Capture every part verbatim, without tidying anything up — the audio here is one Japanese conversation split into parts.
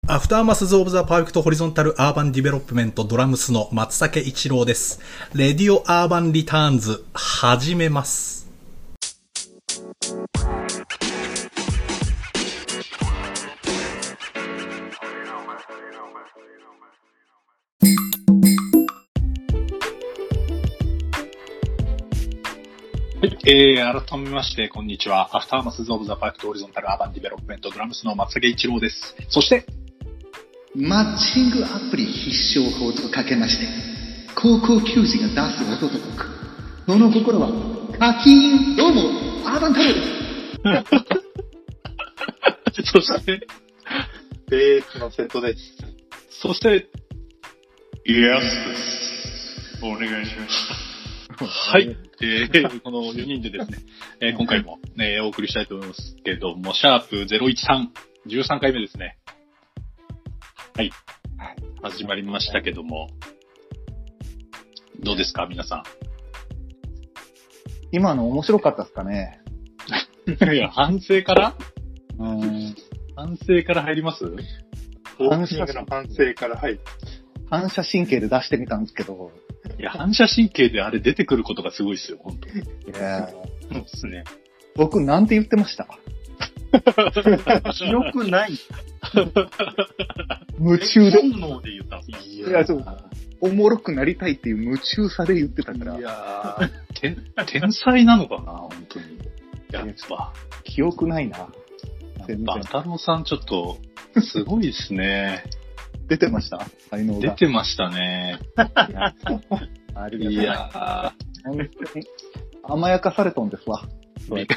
アフターマスズ・オブ・ザ・パーフェクト・ホリゾンタル・アーバン・ディベロップメント・ドラムスの松竹一郎です。レディオ・アーバン・リターンズ、始めます。 はい、えー、改めまして、こんにちは。アフターマスズ・オブ・ザ・パーフェクト・ホリゾンタル・アーバン・ディベロップメント・ドラムスの松竹一郎です。そして、 マッチングアプリ必勝法とかけまして、高校球児が出す音とく、その心は課金。どうもアーバン太郎です。そして、ベースのセットです。そして、イエスです。お願いします。はい、えー、このよにんでですね、えー、今回も、ね、お送りしたいと思いますけども、シャープゼロいちさん、じゅうさんかいめですね。はい。始まりましたけども。どうですか、皆さん。 今の面白かったですかね。 いや、反省からうーん反省から入ります反射の反省から入る。 反射神経で出してみたんですけど。 いや、反射神経であれ出てくることがすごいですよ、本当に。 いやそうですね。 僕なんて言ってました記憶ない。 夢中で。 本能で言ったんですいや、そう。おもろくなりたいっていう夢中さで言ってたから。 いやー、天、天才なのかな、本当に。やっぱ。 記憶ないな。全然。 バタロウさんちょっと、すごいですね。 出てました才能が。 出てましたね。 ありがとう。 いやー。本当に甘やかされとんですわ。それ、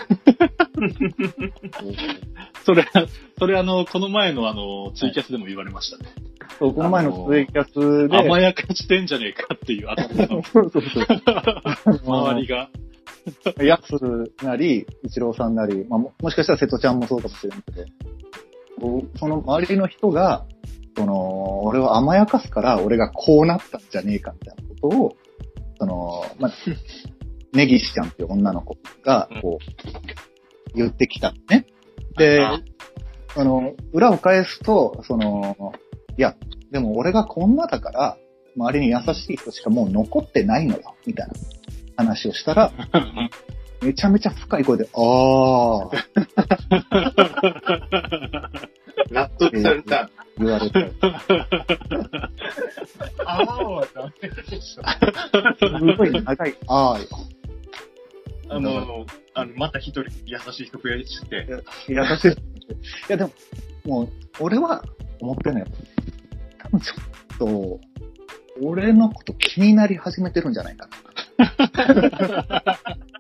それ、それあの、この前のあの、ツイキャスでも言われましたね。 そう、この前のツイキャスで。 甘やかしてんじゃねえかっていう、あそうそうそう。 周りが。 ヤスなり、イチローさんなり、まあも、もしかしたら瀬戸ちゃんもそうかもしれないけど、こうその周りの人が、その、俺を甘やかすから、俺がこうなったんじゃねえかみたいなことを、その、まあ、ネギシちゃんっていう女の子が、こう、言ってきたのね。で、あの、裏を返すと、その、いや、でも俺がこんなだから、周りに優しい人しかもう残ってないのよ、みたいな話をしたら、めちゃめちゃ深い声で、あー。 納得された。 言われて。 あーはダメでしょ。 すごい長い、あーよ。 あの、あの、また一人優しい人増やして。 優しい。いやでも、もう、俺は思ってない。多分ちょっと、俺のこと気になり始めてるんじゃないかな。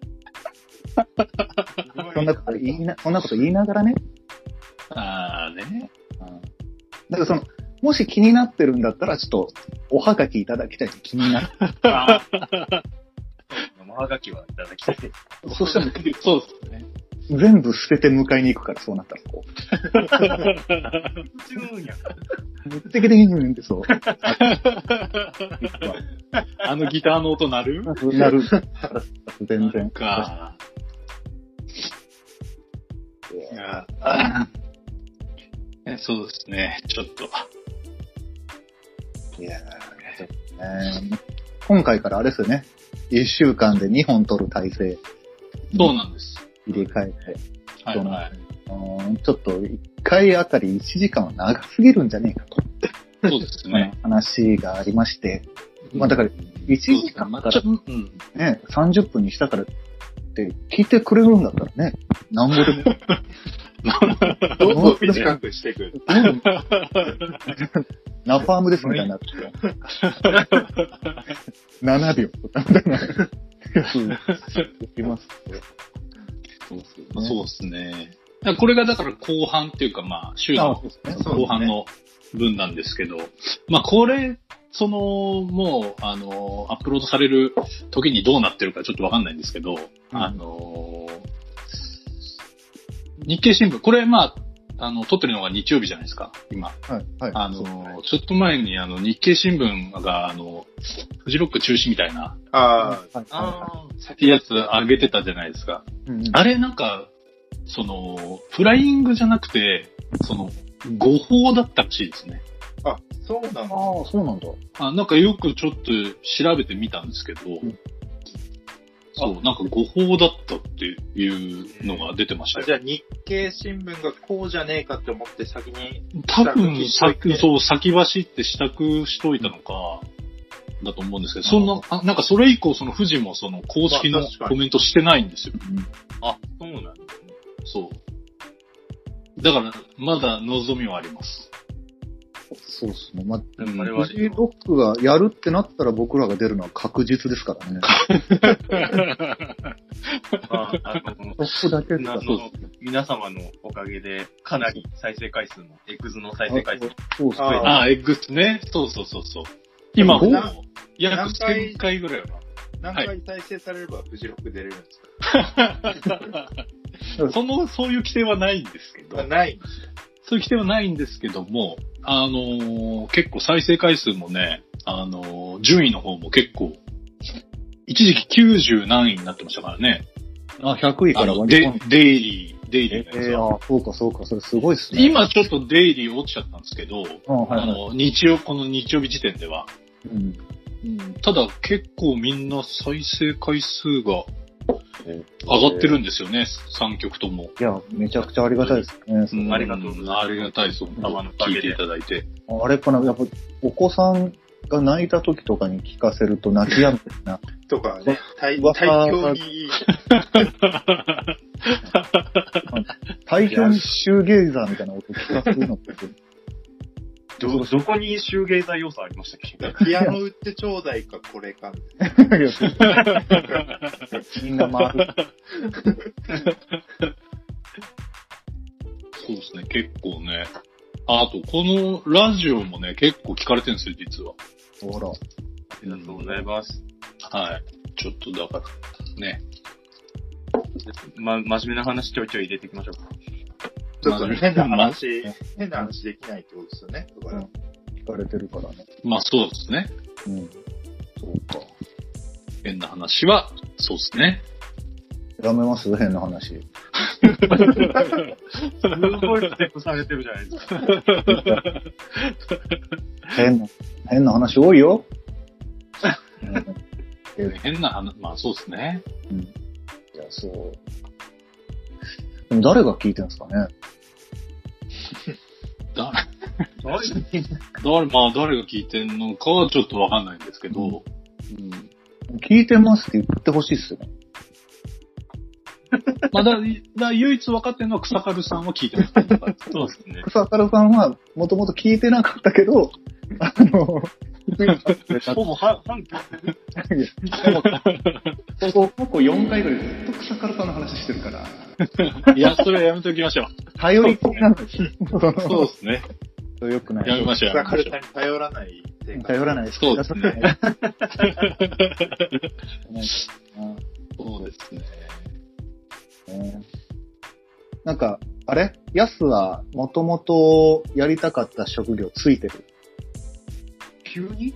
そんなこと言いな、そんなこと言いながらね。 あーね。 うん。だからその、もし気になってるんだったら、ちょっと、おはがきいただきたい。気になる。 あおはがきはいただきたい。 そしたら、 そうですね。 全部捨てて迎えに行くから、そうなったらこう。 自分や。 目的的に言うんでそう。 あのギターの音鳴るなる。全然。 か。いや、そうですね、ちょっと。 いやー、ちょっとね。今回からあれですよね。一週間でにほん撮る体制。 そうなんです。 入れ替えて。 はいはい。 ちょっと一回あたりいちじかんは長すぎるんじゃねえかと。 そうですね。 話がありまして。まあだから、いちじかんからね、さんじゅっぷんにしたからって聞いてくれるんだったらね、なんぼでも。 どんどん短くしていく。 ナパームですみたいになってななびょうとかみたいな。できます。 そうですね。これがだから後半っていうか、まあ、週の後半の分なんですけど、まあ、これ、その、もう、あの、アップロードされる時にどうなってるかちょっとわかんないんですけど、うん、あの、日経新聞、これ、まあ、あの、撮ってるのが日曜日じゃないですか、今。 はい、はい。 あの、ちょっと前に、あの、日経新聞が、あの、フジロック中止みたいな、 ああ、 ああ、ってやつ上げてたじゃないですか。うん、あれ、なんか、その、フライングじゃなくて、その、 誤報だったらしいですね。 あ、そうなんだ。 ああ、そうなんだ。 あ、なんかよくちょっと調べてみたんですけど、うん、そう、なんか誤報だったっていうのが出てましたよ。 じゃあ日経新聞がこうじゃねえかって思って先に。 多分、先、そう、先走って支度しといたのか、だと思うんですけど、そんな、あ、なんかそれ以降その富士もその公式のコメントしてないんですよ。 まあ、あ、そうなんですね。 そう。だから、まだ望みはあります。 そうですね。まあ、 うん、 富士ロックがやるってなったら僕らが出るのは確実ですからね。 ああの、 そこだけですか。 そう皆様のおかげで、かなり再生回数も、エグズの再生回数も。 そうですね。 ああ、エグズね。そうそうそうそう。今もう、約せんかいぐらいは。 何回再生されればフジロック出れるんですか？ その、そういう規定はないんですけど。 ないんですよ。 そういう規定はないんですけども、あのー、結構再生回数もね、あのー、順位の方も結構、一時期きゅうじゅう何位になってましたからね。 あ、ひゃくいから割り込んで。デイリー、デイリーのやつは。 えー、あ、そうかそうか、それすごいっすね。 今ちょっとデイリー落ちちゃったんですけど、 あ、はいはい、 あの、日曜、この日曜日時点では。 うんうん、ただ結構みんな再生回数が上がってるんですよね、さんきょくとも。 いや、めちゃくちゃありがたいですね。 うん、ありがとうございます。ありがたいです。聞いていただいて。 あれかな、やっぱお子さんが泣いた時とかに聞かせると泣き止むな。 とかね、対響にいい。 対響にシューゲイザーみたいな音聞かせるのって。 ど、どこにシューゲイザー要素ありましたっけ？ピアノ売ってちょうだいか、これか。 みんな回る。 そうですね、結構ね。あと、このラジオもね、結構聞かれてるんですよ、実は。 ほら。 ありがとうございます。 はい。ちょっとだから、ね。 ま、真面目な話ちょいちょい入れていきましょうか。ちょっと変な話、変な話できないってことですよね。だから、 聞かれてるからね。 まあそうですね。 うん。そうか。 変な話は、そうですね。 やめます変な話。すごいステップされてるじゃないですか。 変な、変な話多いよ。 変な話、まあそうですね。 うん。いや、そう。でも誰が聞いてるんですかね。 誰誰が聞いてん誰、まあ誰が聞いてんのかはちょっとわかんないんですけど、うんうん、聞いてますって言ってほしいっすよね。 まあだ、だ唯一分かってるのは草刈さんは聞いてます。 そうですね。 草刈さんはもともと聞いてなかったけど、あの、 ほぼ半強。 ここ、ここよんかいぐらいずっと草刈さんの話してるから。 いや、それはやめておきましょう。 頼りっきりなんですよ。 そうですね。 よくない。 やめましょう。 草刈さんに頼らない。 頼らない。 そうですね。そうですね。 なんか、あれヤスはもともとやりたかった職業ついてる？ 急に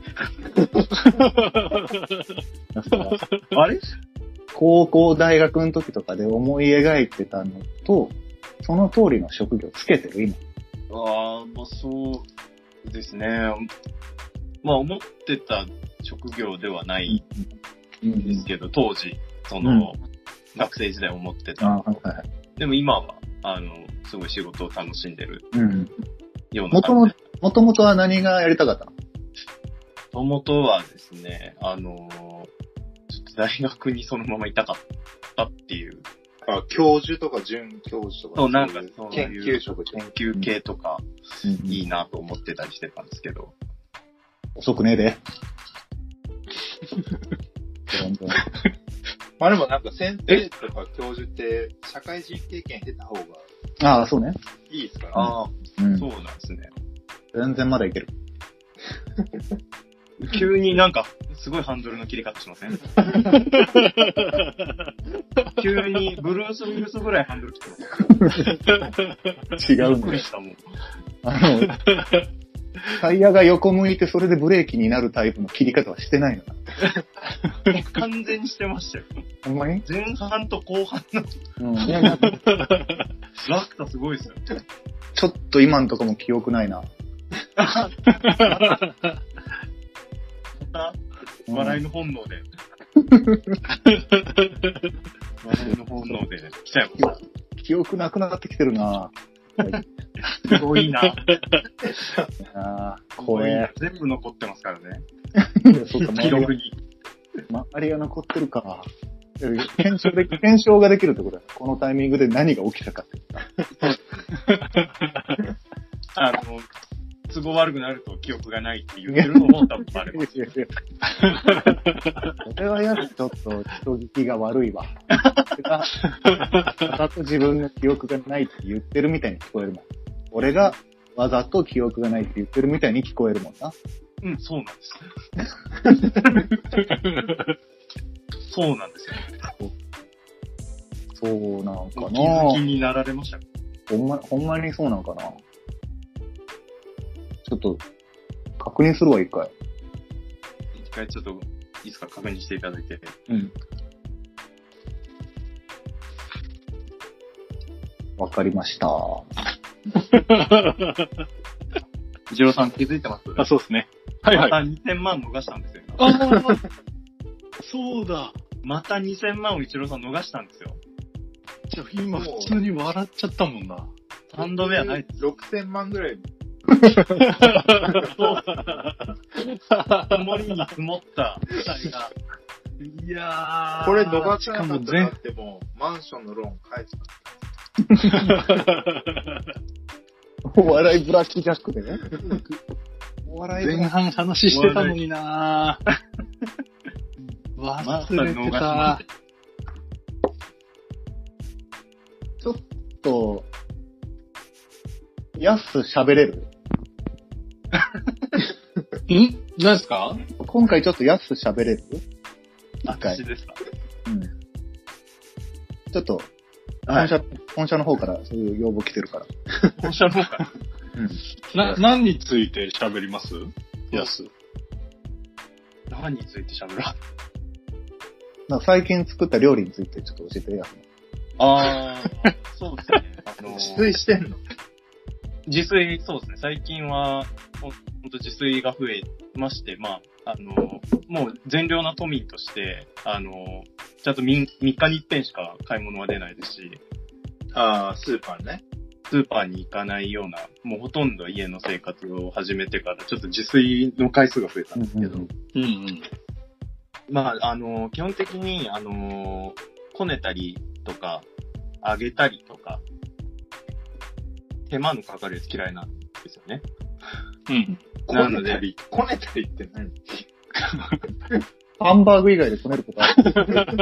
あれ高校、大学の時とかで思い描いてたのと、その通りの職業つけてる今。 ああ、まあそうですね。まあ思ってた職業ではないんですけど、うん、当時、その、うん、学生時代思ってた。 あ、はいはい、 でも今は、あの、すごい仕事を楽しんでるようなもともと、もともとは何がやりたかったの？ もともとはですね、あの、ちょっと大学にそのままいたかったっていう。 あ、教授とか准教授とか。 そう、なんかそういう研究職、 研究系とか、いいなと思ってたりしてたんですけど。 遅くねえで。 まあでもなんか先生とか教授って社会人経験経た方がああ、そうね。 いいですからね。 ああ、うん、そうなんですね。 全然まだいける。 急になんかすごいハンドルの切り方しません？急にブルース・ウィルスぐらいハンドル切ってます。 違うね。 びっくりしたもん。 あの、 タイヤが横向いてそれでブレーキになるタイプの切り方はしてないのな。 完全にしてましたよ。 ほんまに？ 前半と後半の、 うん。いや、なんか落差すごいですよ。 ちょっと今んとこも記憶ないな。 笑いの本能で。笑いの本能で来ちゃいました。 記憶なくなってきてるな。 すごいな。 あー、怖え。 全部残ってますからね。 そうか、 記録に。 周りが残ってるか。検証で、検証ができるってことだ。このタイミングで何が起きたかって。 あの、都合悪くなると記憶がないって言ってるのも多分バレます。 それはやつちょっと人聞きが悪いわ。わざと自分の記憶がないって言ってるみたいに聞こえるもん。俺がわざと記憶がないって言ってるみたいに聞こえるもんな。 うん、そうなんです。そうなんですよ。 そうなんかな。 お気づきになられましたか？ ほんま、ほんまにそうなんかな。ちょっと、確認するわ、一回。 一回ちょっと、いつか確認していただいて。 うん。わかりました。 一郎さん気づいてます？ あ、そうですね。はいはい。 またにせんまん逃したんですよ。 ああ、そうだ。 またにせんまんを一郎さん逃したんですよ。 じゃあ今普通に笑っちゃったもんな。 さんどめはないです。 ろくせんまんぐらい。 積もりに積もった負債が。 いやー。 これ逃しかも全ってもう、マンションのローン返す。 お笑いブラックジャックでね。お笑い前半話してたのになぁ。忘れてた。 ちょっと、やす喋れる？ ん？何ですか？ 今回ちょっとやす喋れる？一回。 私ですか？ うん。ちょっと、本社、はい、本社の方からそういう要望来てるから。 本社の方から？ うん。 な、何について喋ります？やす。 何について喋る？ なんか最近作った料理についてちょっと教えてやす。 あー、そうですね。あのー、 自炊してんの？ 自炊、そうですね。最近は、ほんと自炊が増えまして、まあ、あのー、もう善良な都民として、あのー、ちゃんとみみっかに一遍しか買い物は出ないですし、 あー、スーパーね。 スーパーに行かないような、もうほとんど家の生活を始めてから、ちょっと自炊の回数が増えたんですけど、 うんうんうん、 まあ、あのー、基本的に、あのー、こねたりとか、揚げたりとか、手間のかかるやつ嫌いなんですよね。 うん。 なので、 こねたりって何？ ハンバーグ以外でこねることある？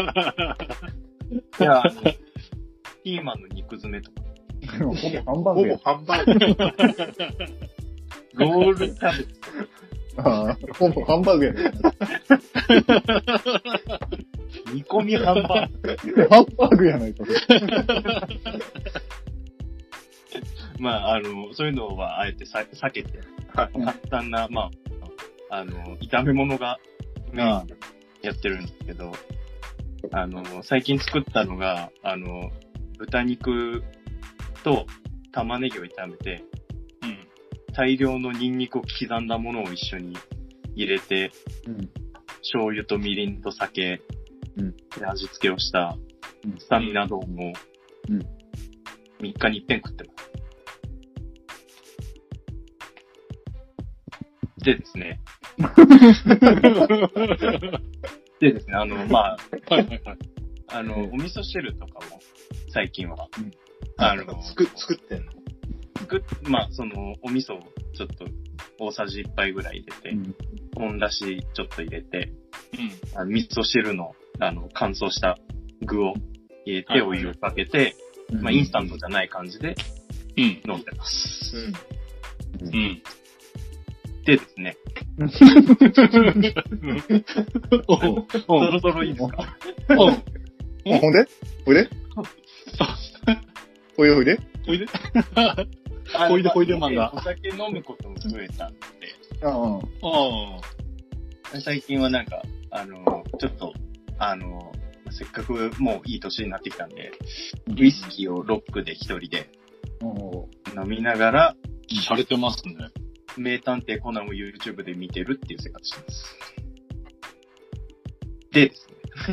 いや、あの、ピーマンの肉詰めとか。 ほぼハンバーグや。 ほぼハンバーグ。 ロールキャベツ。 ああ、ほぼハンバーグやね。 煮込みハンバーグ。ハンバーグやないか。 まあ、あの、そういうのはあえてさ避けて、簡単な、まあ、あの、炒め物が、が、やってるんですけど、あの、最近作ったのが、あの、豚肉と玉ねぎを炒めて、 うん、 大量のニンニクを刻んだものを一緒に入れて、 うん、 醤油とみりんと酒で味付けをしたうん、 スタミナ丼をみっかに一遍食ってます。でですね。でですね、あの、まあ、 はいはいはい、 あの、お味噌汁とかも最近は、 うん、 あの、 作、作ってんの？ 作っ、まあ、その、お味噌をちょっと大さじいっぱいぐらい入れて、うん、本だしちょっと入れて、うん、あの味噌汁の、あの、乾燥した具を入れて、お湯をかけて、はい、まあ、インスタントじゃない感じで、飲んでます。 うん。うん。 でですね。おそろそろいいですか？ ほんでほいでほいでほいでほいでほいでほいで漫画。 お酒飲むことも増えたんで。 ああ最近はなんか、あの、ちょっと、あの、せっかくもういい年になってきたんで、ウイスキーをロックで一人で飲みながら、 されてますね。 名探偵コナンを YouTube で見てるっていう生活してます。でですね。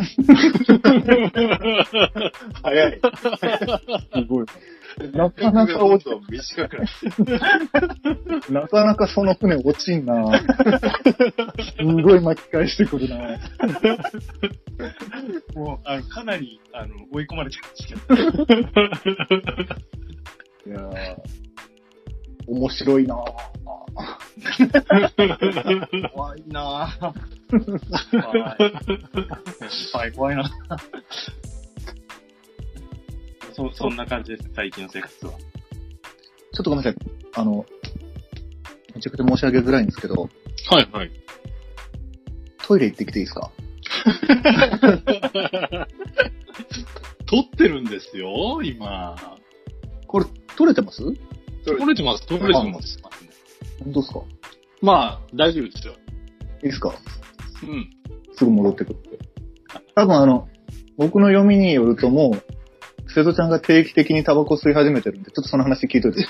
早い。 すごい。なかなか落ち、 短くなってなかなかその船落ちんな。すごい巻き返してくるな。 もう、あの、かなり、あの、追い込まれてるんですけど。 いやー、面白いなぁ。 怖いなぁ。怖い。怖い、怖いなぁ。そ、そんな感じです、最近の生活は。 ちょっとごめんなさい。あの、めちゃくちゃ申し上げづらいんですけど、 はいはい。 トイレ行ってきていいですか？ 撮ってるんですよ、今。 これ、取れてます？ 撮れてます、撮れてます。 本当ですか？ まあ、大丈夫ですよ。 いいですか？ うん。 すぐ戻ってくるって。多分あの、僕の読みによるともう、瀬戸ちゃんが定期的にタバコ吸い始めてるんで、ちょっとその話聞いといて。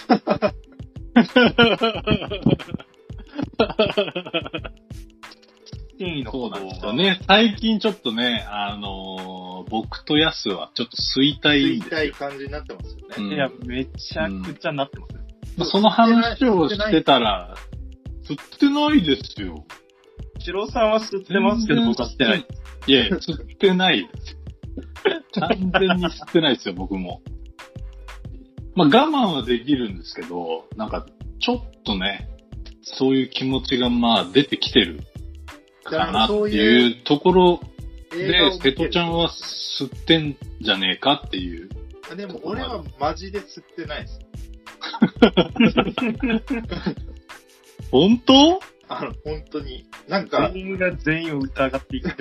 そうなんですよね。最近ちょっとね、あのー、僕とヤスはちょっと吸いたいんですよ。 吸いたい感じになってますよね。 うん、 いや、めちゃくちゃなってますよ。 うん、その話をしてたら、吸ってないですよ。 シロさんは吸ってますけど、僕は吸ってない。 いやいや、吸ってないです。完全に吸ってないですよ、僕も。まあ我慢はできるんですけど、なんか、ちょっとね、そういう気持ちがまあ出てきてるかなっていうところで、瀬戸ちゃんは吸ってんじゃねえかっていう。 あでも俺はマジで吸ってないです。 本当？ あの、本当に。なんか。 全員が全員を疑っていく。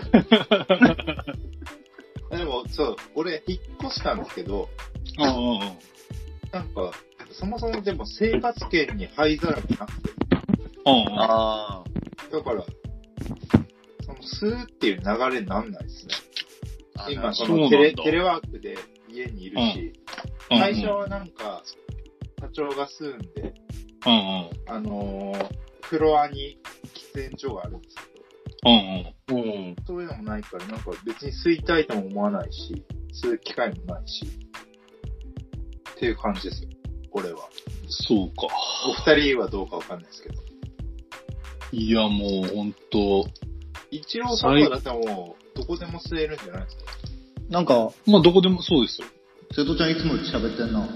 でも、そう、俺、引っ越したんですけど、 うんうんうん、 なんか、そもそもでも生活圏に灰皿がなくて。 うんうん、 ああ。だから、その、吸うっていう流れになんないですね。今、そのテレ、テレワークで家にいるし、うん、最初はなんか、社長が吸うんで、 うんうん、 あのー、フロアに喫煙所があるんですけど、うんうんうん、そういうのもないから、なんか別に吸いたいとも思わないし、吸う機会もないし、っていう感じですよ、これは。 そうか。 お二人はどうかわかんないですけど。 いや、もうほんと。 一郎さんはだってもう、どこでも吸えるんじゃないですか。 なんか、 まあどこでもそうですよ。 瀬戸ちゃんいつもより喋ってんな。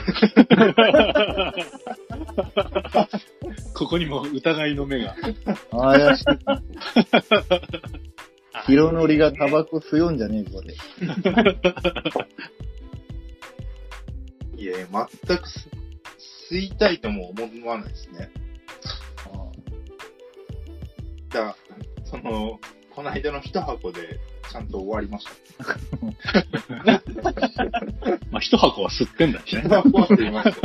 ここにも疑いの目が。 怪しい。広乗りがタバコ吸よんじゃねえこれ。 いやいや、全く吸いたいとも思わないですね。だから、その、この間の一箱でちゃんと終わりました。 まあ一箱は吸ってんだしね。 一箱は吸いました。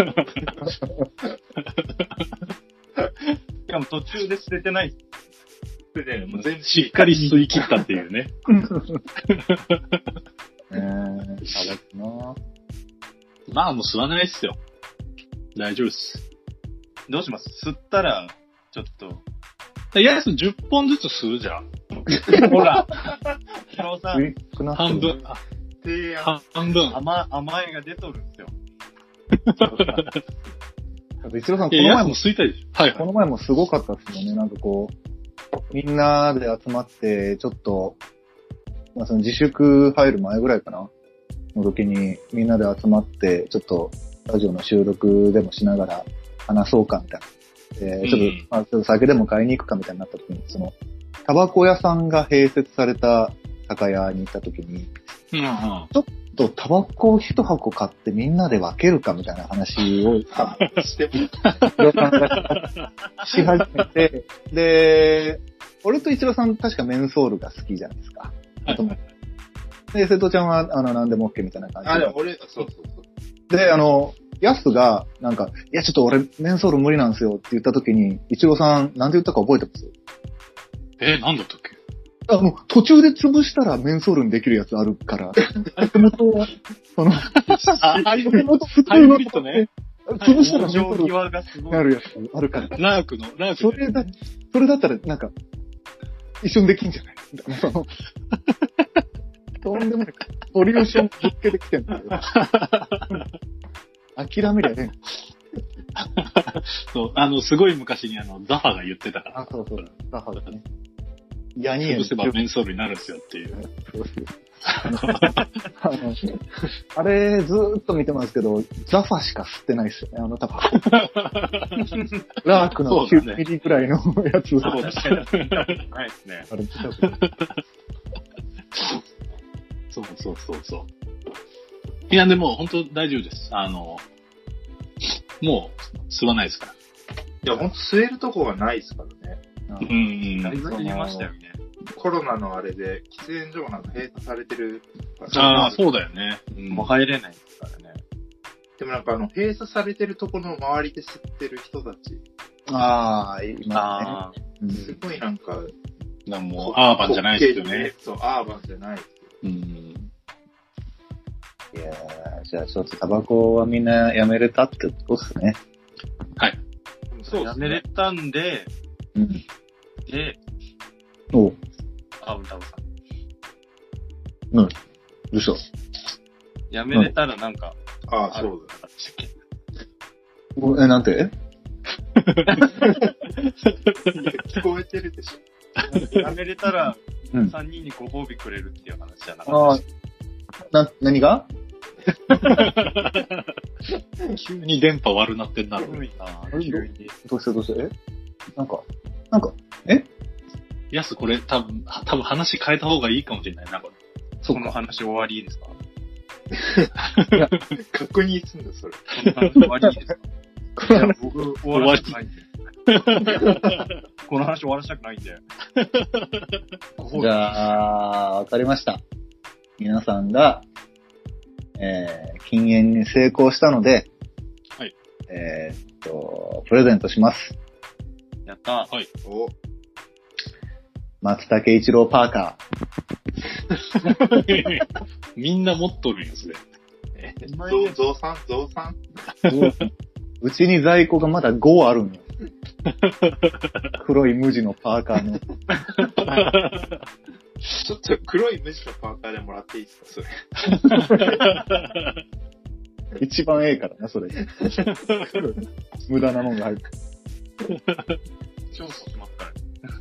しかも途中で捨ててない。捨ててない。もう全部しっかり吸い切ったっていうね。 えー、タバコな。 まあもう吸わないっすよ。大丈夫っす。 どうします？吸ったら、ちょっと。 いや、じゅっぽんずつ吸うじゃん。 ほら。ヒロさん。 半分。 提案。 半分。 甘、甘いが出とるんですよ。 一郎さん、この前も吸いたいでしょ。はい、はい。 この前もすごかったですよね。なんかこう、みんなで集まって、ちょっと、まあその自粛入る前ぐらいかなの時に、みんなで集まって、ちょっと、ラジオの収録でもしながら話そうかみたいな。で、ちょっと、うん、まあ、ちょっと酒でも買いに行くかみたいになった時に、その、タバコ屋さんが併設された酒屋に行った時に、 うんうん、 ちょっとタバコを一箱買ってみんなで分けるかみたいな話をしてし始めて、で、俺と一郎さん確かメンソールが好きじゃないですか。あとで、瀬戸ちゃんは、あの、何でも OK みたいな感じで。 あ、でも俺、そうそうそう。 で、あの、 ヤスが、なんか、いや、ちょっと俺、メンソール無理なんですよって言った時に、イチローさん、なんて言ったか覚えてます？ えー、なんだったっけ？ あの、途中で潰したらメンソールにできるやつあるから、もともとは、その、 ハイブリッド、 普通のね。 潰したらメンソールにがすごいなるやつあるから。 ラークの、ラークそれだ、それだったら、なんか、一瞬できんじゃないその、とんでもない。ソリューションぶっけてきてんだよ。諦めりゃね。 そう、あの、すごい昔にあの、ザファが言ってたから。 あ、そうそう。ザファだね。ヤニエン。 潰せばメンソールになるんですよっていう。そうそうあのあれ、ずーっと見てますけど、ザファしか吸ってないですよね、あのタバコ。ラークのきゅうミリくらいのやつ。 そうだね。 ないですね。 あれ、 そうそうそうそう。いや、でも本当大丈夫です。あの、もう吸わないですから。 いや、ほんと吸えるとこがないですからね。 うんうん。 だいぶ減りましたよね。 コロナのあれで、喫煙所がなんか閉鎖されてる。 ああ、そうだよね。 うん、もう入れないですからね。 でもなんかあの、閉鎖されてるところの周りで吸ってる人たち。 ああ、今ね。すごいなんか、 なんもうアーバンじゃないですよね。 そう、アーバンじゃない。 うん。 いやー、じゃあちょっとタバコはみんなやめれたってことですね。 はい。 そう、やめれたんで、 うん。 で、 おう。 あ、うんたぶさん。うん。どうした？ やめれたらなんか、 ああ、そうだ。 え、なんて？ 聞こえてるでしょ。やめれたら、 うん、 さんにんにご褒美くれるっていう話じゃなかった。 ああ、な、何が？ 急に電波悪なってんな。 急に。 どうしてどうして？え？なんか、なんか、え？ やす、これ多分、多分話変えた方がいいかもしれないな、これ。 その話終わりですか？ いや、 確認すんだ、それ。 この話終わりですか？いや、僕、終わらせたくないんで。この話終わらせたくないんで。 じゃあ、わかりました。皆さんが、えー、禁煙に成功したので、 はい。 えー、っと、プレゼントします。 やったー。 はい。 お松竹一郎パーカー。みんな持っとるんよ、それ。 えー、ゾウ、ゾウさんゾウさんうちに在庫がまだごあるんよ。黒い無地のパーカーの。 ちょっと黒い無地のパーカーでもらっていいですか、それ。 一番ええからな、それ。無駄なもんが入って。 超しますから。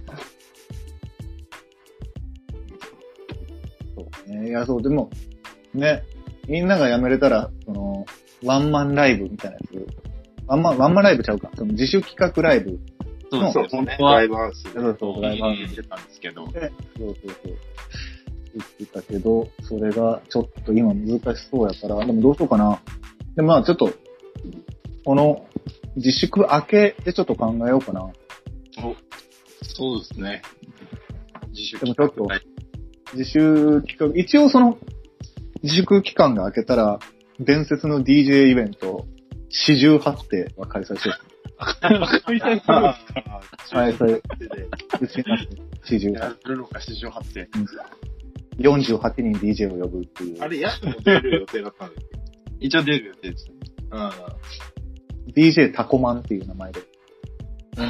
そうね。いや、そう、でも、ね、みんなが辞めれたら、その、ワンマンライブみたいなやつ。ワンマン、ワンマンライブちゃうか。その自主企画ライブ。 そうそうそうね。 ライブハウス。 そうそう、ライブハウスにしてたんですけど。 そうそうそう。言ってたけど、それがちょっと今難しそうやから、でもどうしようかな。で、まあちょっと、この自粛明けでちょっと考えようかな。 お、そうですね。 自粛でもちょっと、自粛期間、一応その、自粛期間が明けたら、伝説の ディージェー イベント、四十八手は開催しよう。 開催するんですか？ 開催。うちなって四十八。やるのか、四十八手。 よんじゅうはちにん ディージェー を呼ぶっていう。 あれ、やつも出る予定だったんだっけ？ 一応出る予定です。 うん。 ディージェー タコマンっていう名前で。 デ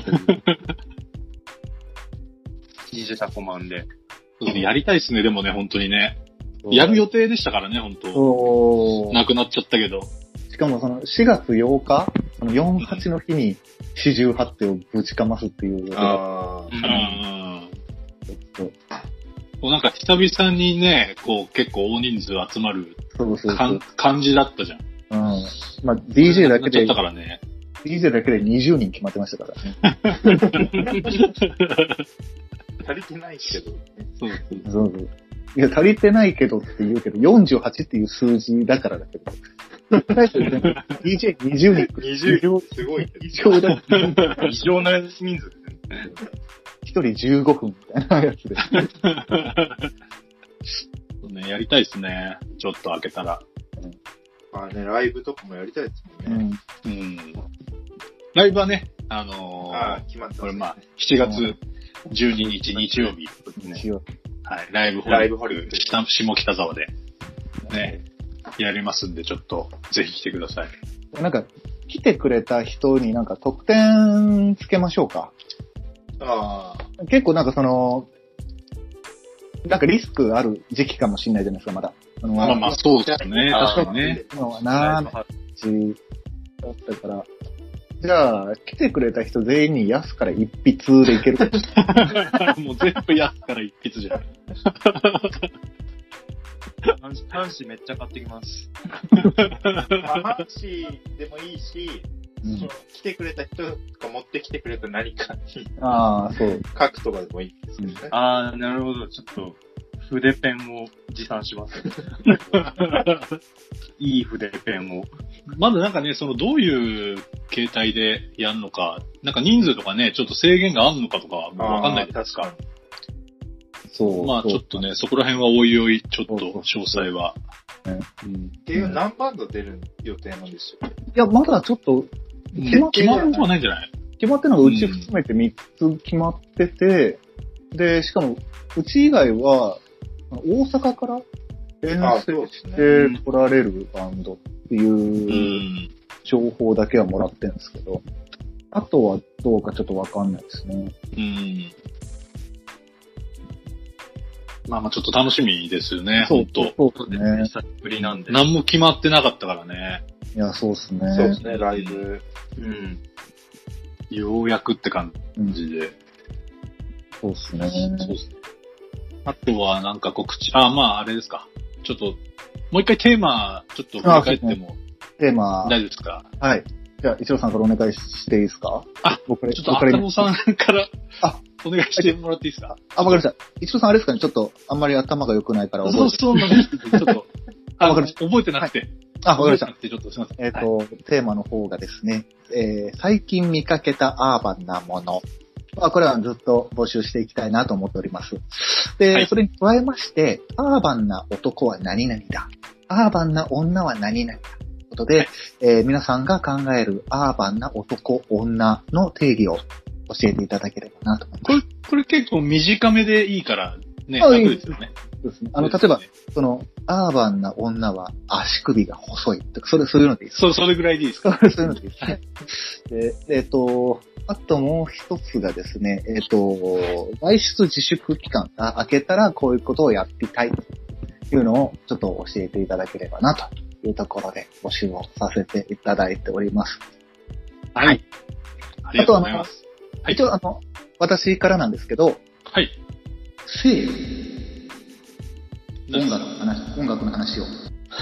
ィージェー タコマンで。 やりたいっすね、でもね、本当にね。やる予定でしたからね、本当。 そう。 なくなっちゃったけど。しかもそのしがつようか、そのよんはちの日に四十八手をぶちかますっていう予定だった。 ああ。うん。ちょっと。なんか久々にね、こう結構大人数集まるそうそうそう感じだったじゃん。 うん。まあ ディージェー だけで、 だからね、 ディージェー だけでにじゅうにん決まってましたからね。 足りてないけど、ね。 そうそうそう。いや、足りてないけどって言うけど、よんじゅうはちっていう数字だからだけど。ディージェーにじゅうにん。 にじゅうにん。すごい。 異常だ。 異常な人数ですね。 一人じゅうごふんみたいなやつで。 ね、やりたいですね。ちょっと開けたら。 うん、 まあね、ライブとかもやりたいですもんね。 うん。うん。ライブはね、あのー、 あ決まった、ね。 これまあ、しちがつじゅうににち日曜日、ね。 日曜日。 はい、ライブホリック、下北沢で、ね、やりますんで、ちょっと、ぜひ来てください。 なんか、来てくれた人になんか特典つけましょうか。 ああ。 結構なんかその、なんかリスクある時期かもしれないじゃないですか、まだ。 あまあまあ、そうですね。確かにね。 のはなぁ、だったから。じゃあ、来てくれた人全員に安から一筆でいけるかもう全部安から一筆じゃん。 端子めっちゃ買ってきます。 端子でもいいし、うん、その来てくれた人が持ってきてくれた何かに、 ああ、そう。 書くとかでもいいですね。 うん、ああ、なるほど。ちょっと、筆ペンを持参します。いい筆ペンを。 まだなんかね、そのどういう形態でやるのか、なんか人数とかね、ちょっと制限があるのかとかわかんないですか。 そう。 まあちょっとね、そこら辺はおいおい、ちょっと詳細は。 うん、っていう何バンド出る予定なんでしょう？ いや、まだちょっと、 決ま決まるんじゃないんじゃない？ 決まってるのがうち含めてみっつ決まってて、うん、で、しかも、うち以外は、大阪から遠征して来られるバンドっていう情報だけはもらってるんですけど、あとはどうかちょっとわかんないですね。 うん。まあまあちょっと楽しみですよね、 そう本当そうですね。 久しぶりなんで。 何も決まってなかったからね。 いや、そうですね。 そうですね、ライブ。 うん。ようやくって感じで。うん、 そうですね。 そうですね。あとはなんか告知、あ、まああれですか。ちょっと、もう一回テーマ、ちょっと振り返っても。 テーマ。 大丈夫ですか？ はい。じゃあ、一郎さんからお願いしていいですか？ あ、僕ちょっと、赤野さんから、あ、お願いしてもらっていいですか？ あ、わかりました。一郎さんあれですかね、ちょっと、あんまり頭が良くないから覚えて。 そうそうなんです。ちょっと、あ、わかりました。覚えてなくて。 あ、わかりました。 ちょっとすいません。 えっと、テーマの方がですね、えー、最近見かけたアーバンなもの。まあ、これはずっと募集していきたいなと思っております。で、はい、それに加えまして、アーバンな男は何々だ。アーバンな女は何々だ。ということで、えー、皆さんが考えるアーバンな男、女の定義を教えていただければなと思います。 これ、これ結構短めでいいからね、楽ですよね。 そうですね。あの、例えば、その、アーバンな女は足首が細いとか、それ、そういうのでいいですか？ そう、それぐらいでいいですか？ そういうのでいいです。はい。で、えっと、あともう一つがですね、えっと、外出自粛期間が明けたらこういうことをやっていたいというのをちょっと教えていただければなというところで募集をさせていただいております。 はい。ありがとうございます。 あと、一応あの、私からなんですけど、 はい。 性、音楽の話、音楽の話を。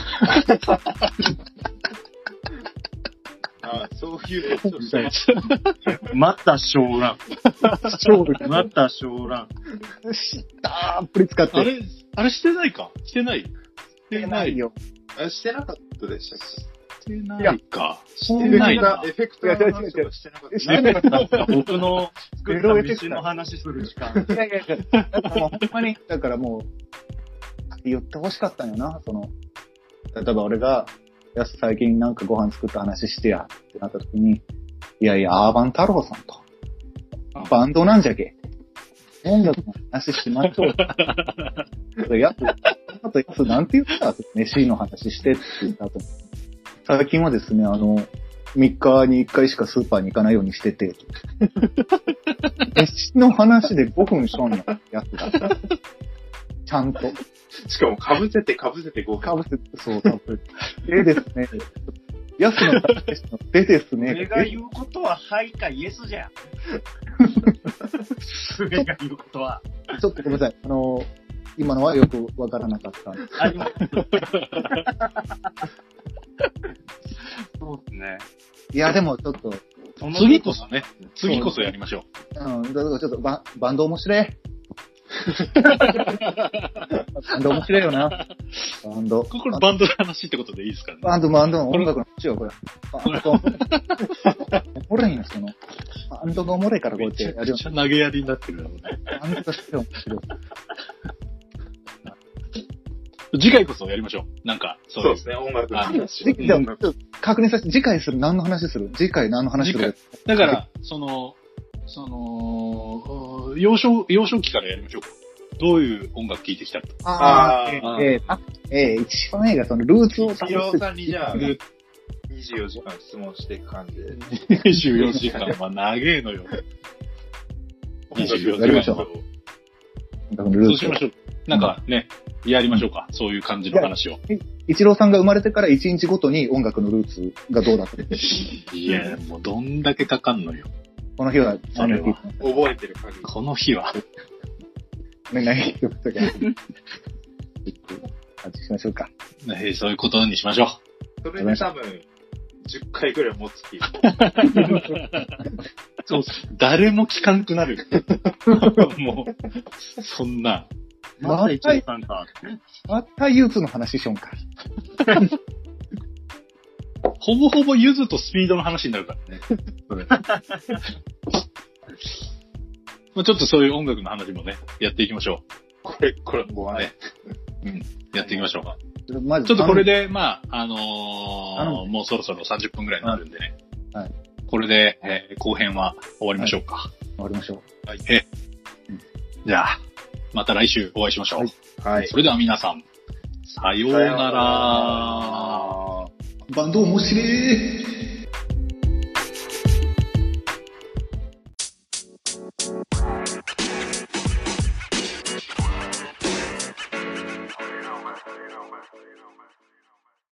ああ、そういうことをしたい。 また小乱。 勝負。 また小乱。 たっぷり使って。 あれ、あれしてないか？してない？ してないよ。 あ、してなかったでしたっけ？ してないか。 してないな。エフェクターの話とかしてなかった。 してなかった。僕の作った飯の話する時間。 いやいやいや、だからもうほんまに、だからもう、言ってほしかったんよな、その、例えば俺が、やす最近なんかご飯作った話してや、ってなった時に、いやいや、アーバン太郎さんと、バンドなんじゃけ。音楽の話しましょう。やつ、あとやつなんて言った飯の話してって言った後に、最近はですね、あの、みっかにいっかいしかスーパーに行かないようにしてて、飯の話でごふんしょんのやつが、ちゃんと。 しかも被せて被せてごふん。 被せて、そう、被せて。でですね、やすの話ですのでですね。 俺が言うことははいかイエスじゃん。俺が言うことは。 ちょっとごめんなさい。あの、今のはよくわからなかったんです。あります。 そうですね。 いや、でもちょっと。 次こそね。次こそやりましょう。うん、だからちょっとババンド面白い。バンド面白いよな。バンド。 これバンドの話ってことでいいですかね。 バンド、バンドの音楽の話よ、これ。バンド。おもろいんよ、その。バンドがおもろいからこうやってやるよ。 めっちゃ投げやりになってるよね。 バンドがして面白い。 次回こそやりましょう。なんか、 そうですね、音楽の話。 じゃあ、確認させて、次回する何の話する次回何の話するだから、その、その、幼少、幼少期からやりましょうか。どういう音楽聴いてきたか。 ああ、えー、あ、えー、一番映画、そのルーツを一郎さんにじゃあ、にじゅうよじかん質問していく感じで。 にじゅうよじかんは長えのよ。にじゅうよじかん。 やりましょう。 そうしましょう。なんかね、やりましょうか。そういう感じの話を。 一郎さんが生まれてから一日ごとに音楽のルーツがどうだったいや、もうどんだけかかんのよ。 この日は、 それは覚えてる限り。 この日は。 ね、何曲とか。しましょうか。 ね、そういうことにしましょう。 それで多分、じゅっかいくらい持つ気。 そう、誰も聞かんくなる。もう、そんな。 また一郎さんか。またユーツの話しよんか。 ほぼほぼユズとスピードの話になるからね。まあちょっとそういう音楽の話もね、やっていきましょう。 これ、これ、もうね。 うん。やっていきましょう。 ちょっとこれで、まあ、あのー、もうそろそろさんじゅっぷんくらいになるんでね。 はい。 これで、えー、後編は終わりましょうか。はい、 終わりましょう。はい。え、うん、じゃあ、また来週お会いしましょう。はい。 はい、 それでは皆さん、さようなら。 バンド面白い。